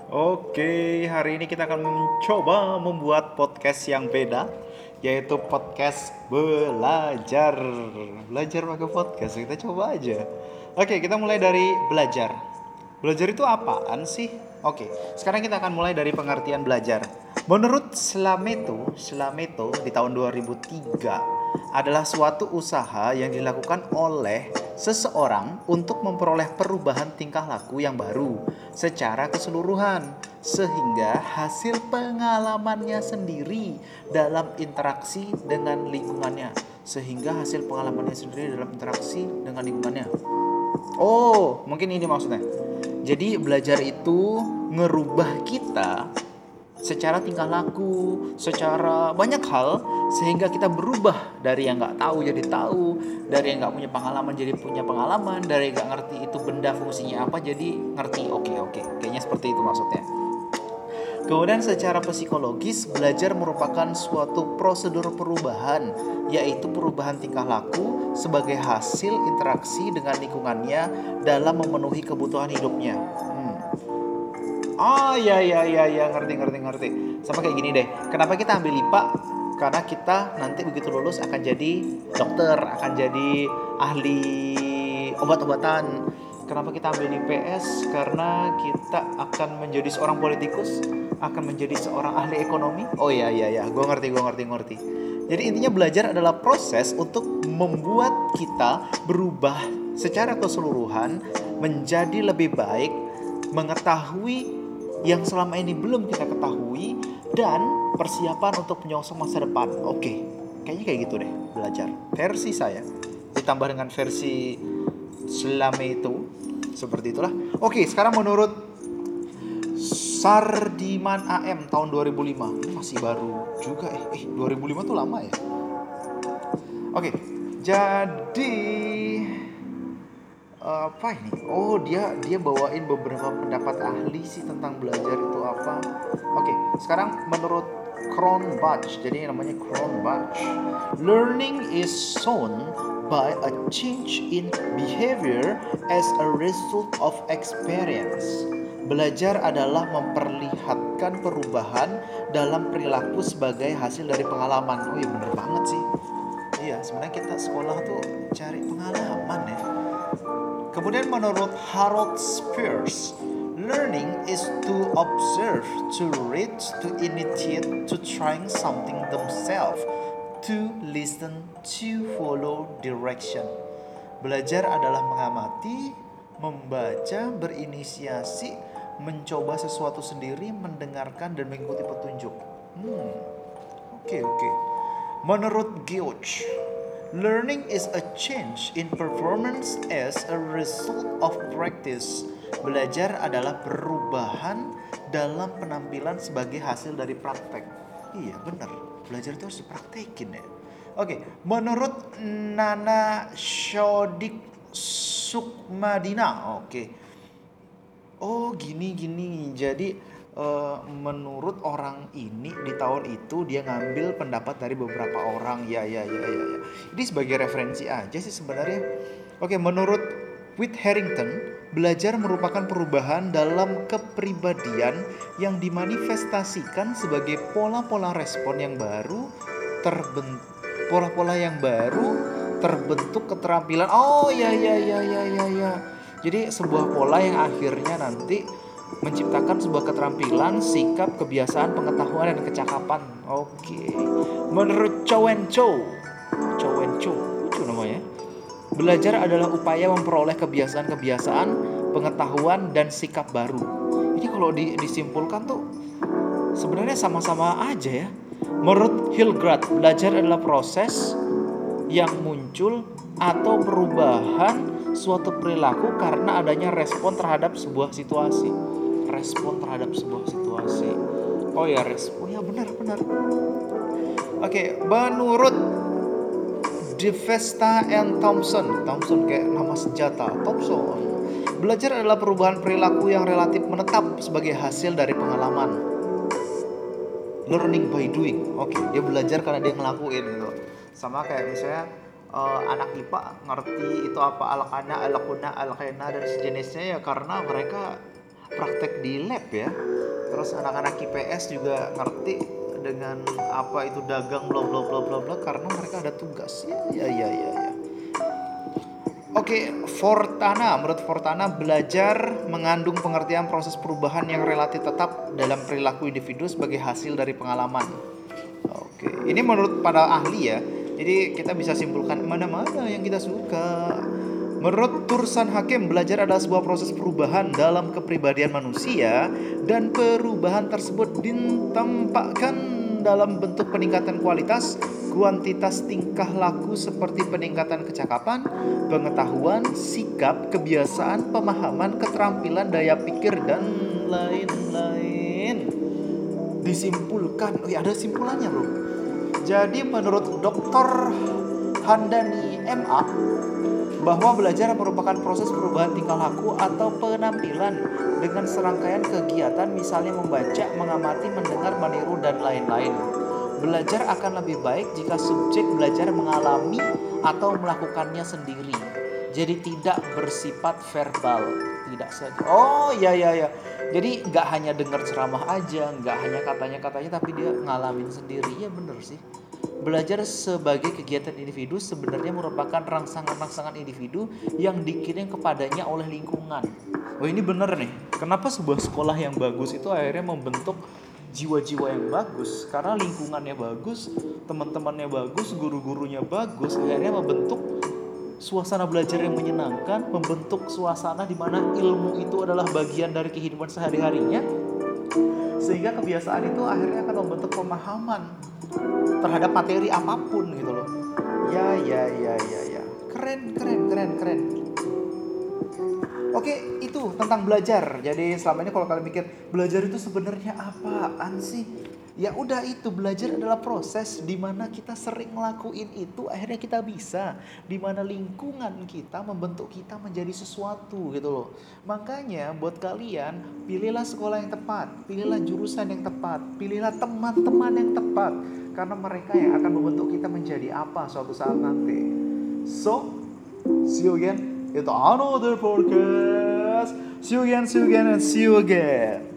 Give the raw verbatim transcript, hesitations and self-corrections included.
Oke, hari ini kita akan mencoba membuat podcast yang beda, yaitu podcast belajar. Belajar pakai podcast, kita coba aja. Oke, kita mulai dari belajar. Belajar itu apaan sih? Oke, sekarang kita akan mulai dari pengertian belajar. Menurut Slameto, Slameto di tahun dua ribu tiga adalah suatu usaha yang dilakukan oleh seseorang untuk memperoleh perubahan tingkah laku yang baru secara keseluruhan sehingga hasil pengalamannya sendiri dalam interaksi dengan lingkungannya sehingga hasil pengalamannya sendiri dalam interaksi dengan lingkungannya. Oh, mungkin ini maksudnya. Jadi belajar itu ngerubah kita secara tingkah laku, secara banyak hal, sehingga kita berubah dari yang nggak tahu jadi tahu, dari yang nggak punya pengalaman jadi punya pengalaman, dari nggak ngerti itu benda fungsinya apa jadi ngerti. Oke oke, kayaknya seperti itu maksudnya. Kemudian secara psikologis, belajar merupakan suatu prosedur perubahan, yaitu perubahan tingkah laku sebagai hasil interaksi dengan lingkungannya dalam memenuhi kebutuhan hidupnya. Hmm. Oh ya ya ya ya, ngerti ngerti ngerti. Sama kayak gini deh. Kenapa kita ambil I P A? Karena kita nanti begitu lulus akan jadi dokter, akan jadi ahli obat-obatan. Kenapa kita ambil I P S? Karena kita akan menjadi seorang politikus, akan menjadi seorang ahli ekonomi. Oh ya ya ya, gue ngerti gue ngerti ngerti. Jadi intinya belajar adalah proses untuk membuat kita berubah secara keseluruhan menjadi lebih baik, mengetahui yang selama ini belum kita ketahui, dan persiapan untuk menyongsong masa depan. Oke, kayaknya kayak gitu deh belajar. Versi saya ditambah dengan versi selama itu seperti itulah. Oke, sekarang menurut Sardiman A M tahun dua ribu lima. Ini masih baru juga eh. Eh, dua ribu lima tuh lama ya. Oke, jadi apa ini? Oh, dia dia bawain beberapa pendapat ahli sih tentang belajar itu apa. Oke, sekarang menurut Cronbach, jadi namanya Cronbach, learning is shown by a change in behavior as a result of experience. Belajar adalah memperlihatkan perubahan dalam perilaku sebagai hasil dari pengalaman. Oh iya bener banget sih. Iya, sebenarnya kita sekolah tuh cari pengalaman ya. Kemudian menurut Harold Spears, learning is to observe, to read, to initiate, to trying something themselves, to listen, to follow direction. Belajar adalah mengamati, membaca, berinisiasi, mencoba sesuatu sendiri, mendengarkan dan mengikuti petunjuk. Hmm, oke okay, oke. Okay. Menurut George, learning is a change in performance as a result of practice. Belajar adalah perubahan dalam penampilan sebagai hasil dari praktek. Iya benar, belajar itu harus dipraktekin ya. Oke, menurut Nana Shodik Sukmadina, oke. Oh gini gini, jadi uh, menurut orang ini di tahun itu dia ngambil pendapat dari beberapa orang. Ya ya ya ya ya. Ini sebagai referensi aja sih sebenarnya. Oke, menurut Whit Harrington, belajar merupakan perubahan dalam kepribadian yang dimanifestasikan sebagai pola-pola respon yang baru terbentuk pola-pola yang baru terbentuk keterampilan. Oh ya ya ya ya ya ya. Jadi sebuah pola yang akhirnya nanti menciptakan sebuah keterampilan, sikap, kebiasaan, pengetahuan dan kecakapan. Oke. Menurut Chow and Chow, Chow and Chow, lucu namanya. Belajar adalah upaya memperoleh kebiasaan-kebiasaan, pengetahuan dan sikap baru. Ini kalau di, disimpulkan tuh sebenarnya sama-sama aja ya. Menurut Hillgrad, belajar adalah proses yang muncul atau perubahan suatu perilaku karena adanya respon terhadap sebuah situasi. Respon terhadap sebuah situasi. Oh ya, respon. Ya benar-benar. Oke, menurut DeVesta and Thompson, Thompson kayak nama senjata, Thompson. Belajar adalah perubahan perilaku yang relatif menetap sebagai hasil dari pengalaman. Learning by doing. Oke, dia belajar karena dia ngelakuin gitu. Sama kayak misalnya uh, anak I P A ngerti itu apa alakana, alakuna, alakena dan sejenisnya ya karena mereka praktek di lab ya. Terus anak-anak I P S juga ngerti dengan apa itu dagang bla bla bla bla bla karena mereka ada tugas. Ya ya ya ya ya. Oke, Fortana. Menurut Fortana, belajar mengandung pengertian proses perubahan yang relatif tetap dalam perilaku individu sebagai hasil dari pengalaman. Oke, ini menurut para ahli ya. Jadi kita bisa simpulkan mana-mana yang kita suka. Menurut Tursan Hakim, belajar adalah sebuah proses perubahan dalam kepribadian manusia dan perubahan tersebut ditampakkan dalam bentuk peningkatan kualitas, kuantitas tingkah laku seperti peningkatan kecakapan, pengetahuan, sikap, kebiasaan, pemahaman, keterampilan, daya pikir, dan lain-lain. Disimpulkan, oh ya ada simpulannya bro. Jadi menurut dokter Handani M A, bahwa belajar merupakan proses perubahan tingkah laku atau penampilan dengan serangkaian kegiatan misalnya membaca, mengamati, mendengar, meniru, dan lain-lain. Belajar akan lebih baik jika subjek belajar mengalami atau melakukannya sendiri. Jadi tidak bersifat verbal, tidak saja. Oh ya ya ya. Jadi nggak hanya dengar ceramah aja, nggak hanya katanya-katanya, tapi dia ngalamin sendiri. Ya bener sih. Belajar sebagai kegiatan individu sebenarnya merupakan rangsangan-rangsangan individu yang dikirim kepadanya oleh lingkungan. Oh ini bener nih. Kenapa sebuah sekolah yang bagus itu akhirnya membentuk jiwa-jiwa yang bagus? Karena lingkungannya bagus, teman-temannya bagus, guru-gurunya bagus, akhirnya membentuk suasana belajar yang menyenangkan, membentuk suasana di mana ilmu itu adalah bagian dari kehidupan sehari-harinya, sehingga kebiasaan itu akhirnya akan membentuk pemahaman terhadap materi apapun gitu loh. Ya ya ya ya ya. Keren keren keren keren. Oke, itu tentang belajar. Jadi selama ini kalau kalian mikir belajar itu sebenarnya apaan sih? Ya udah, itu belajar adalah proses di mana kita sering ngelakuin itu akhirnya kita bisa, di mana lingkungan kita membentuk kita menjadi sesuatu gitu loh. Makanya buat kalian, pilihlah sekolah yang tepat, pilihlah jurusan yang tepat, pilihlah teman-teman yang tepat, karena mereka yang akan membentuk kita menjadi apa suatu saat nanti. So, see you again. It's another podcast. See you again, see you again, and see you again.